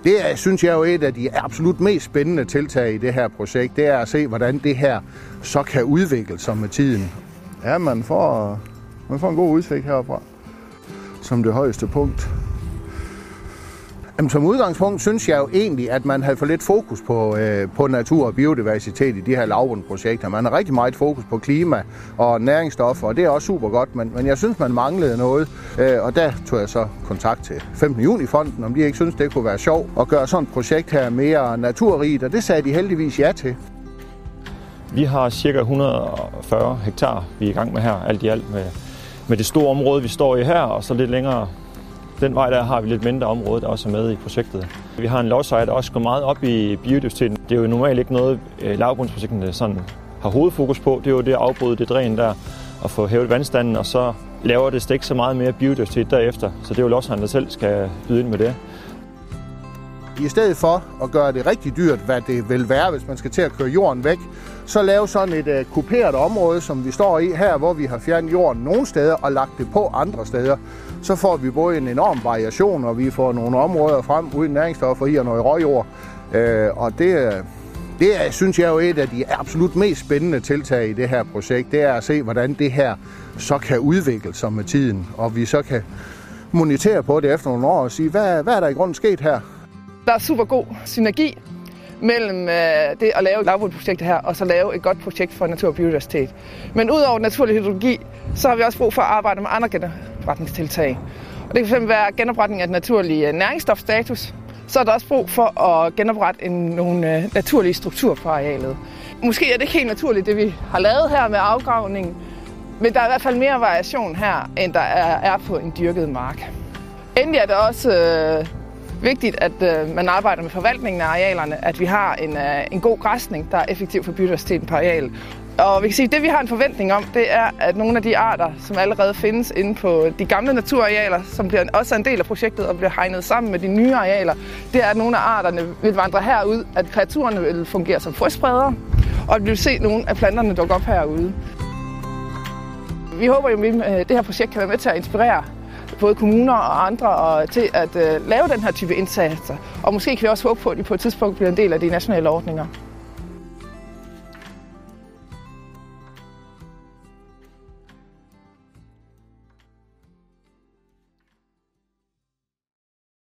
Det er, synes jeg jo, et af de absolut mest spændende tiltag i det her projekt. Det er at se, hvordan det her så kan udvikle sig med tiden. Ja, man får en god udsigt herfra som det højeste punkt. Jamen, som udgangspunkt synes jeg jo egentlig, at man havde for lidt fokus på natur og biodiversitet i de her lavbundsprojekter. Man har rigtig meget fokus på klima og næringsstoffer, og det er også super godt, men jeg synes, man manglede noget. Og der tog jeg så kontakt til 15. juni-fonden, om de ikke synes, det kunne være sjovt at gøre sådan et projekt her mere naturrigt, og det sagde de heldigvis ja til. Vi har cirka 140 hektar, vi er i gang med her, alt i alt med det store område, vi står i her, og så lidt længere den vej der har vi lidt mindre område, der også er med i projektet. Vi har en lodsejer, der også går meget op i biodiversiteten. Det er jo normalt ikke noget, lavbundsprojekterne sådan har hovedfokus på. Det er jo det at afbryde det dræn der og få hævet vandstanden, og så laver det ikke så meget mere biodiversitet derefter. Så det er jo lodsejeren, der selv skal byde ind med det. I stedet for at gøre det rigtig dyrt, hvad det vil være, hvis man skal til at køre jorden væk, så lave sådan et kuperet område, som vi står i her, hvor vi har fjernet jorden nogle steder og lagt det på andre steder. Så får vi både en enorm variation, og vi får nogle områder frem uden næringsstoffer i og noget råjord. Og det er, synes jeg jo, et af de absolut mest spændende tiltag i det her projekt. Det er at se, hvordan det her så kan udvikle sig med tiden, og vi så kan monitere på det efter nogle år og sige, hvad er der i grunden sket her? Der er super god synergi mellem det at lave lavbundsprojekter her, og så lave et godt projekt for natur og biodiversitet. Men udover naturlig hydrologi, så har vi også brug for at arbejde med andre genopretningstiltag. Og det kan fx være genopretning af den naturlige næringsstofstatus. Så er der også brug for at genoprette nogle naturlige strukturer på arealet. Måske er det ikke helt naturligt, det vi har lavet her med afgravningen, men der er i hvert fald mere variation her, end der er på en dyrket mark. Endelig er det også vigtigt, at man arbejder med forvaltningen af arealerne, at vi har en god græsning, der er effektiv for biodiversiteten på arealet. Og vi kan sige, at det vi har en forventning om, det er, at nogle af de arter, som allerede findes inde på de gamle naturarealer, som bliver også en del af projektet og bliver hegnet sammen med de nye arealer, det er, at nogle af arterne vil vandre herud, at kreaturerne vil fungere som frøspredere, og at vi vil se nogle af planterne dukke op herude. Vi håber jo, at det her projekt kan være med til at inspirere både kommuner og andre til at lave den her type indsatser. Og måske kan vi også håbe på, at de på et tidspunkt bliver en del af de nationale ordninger.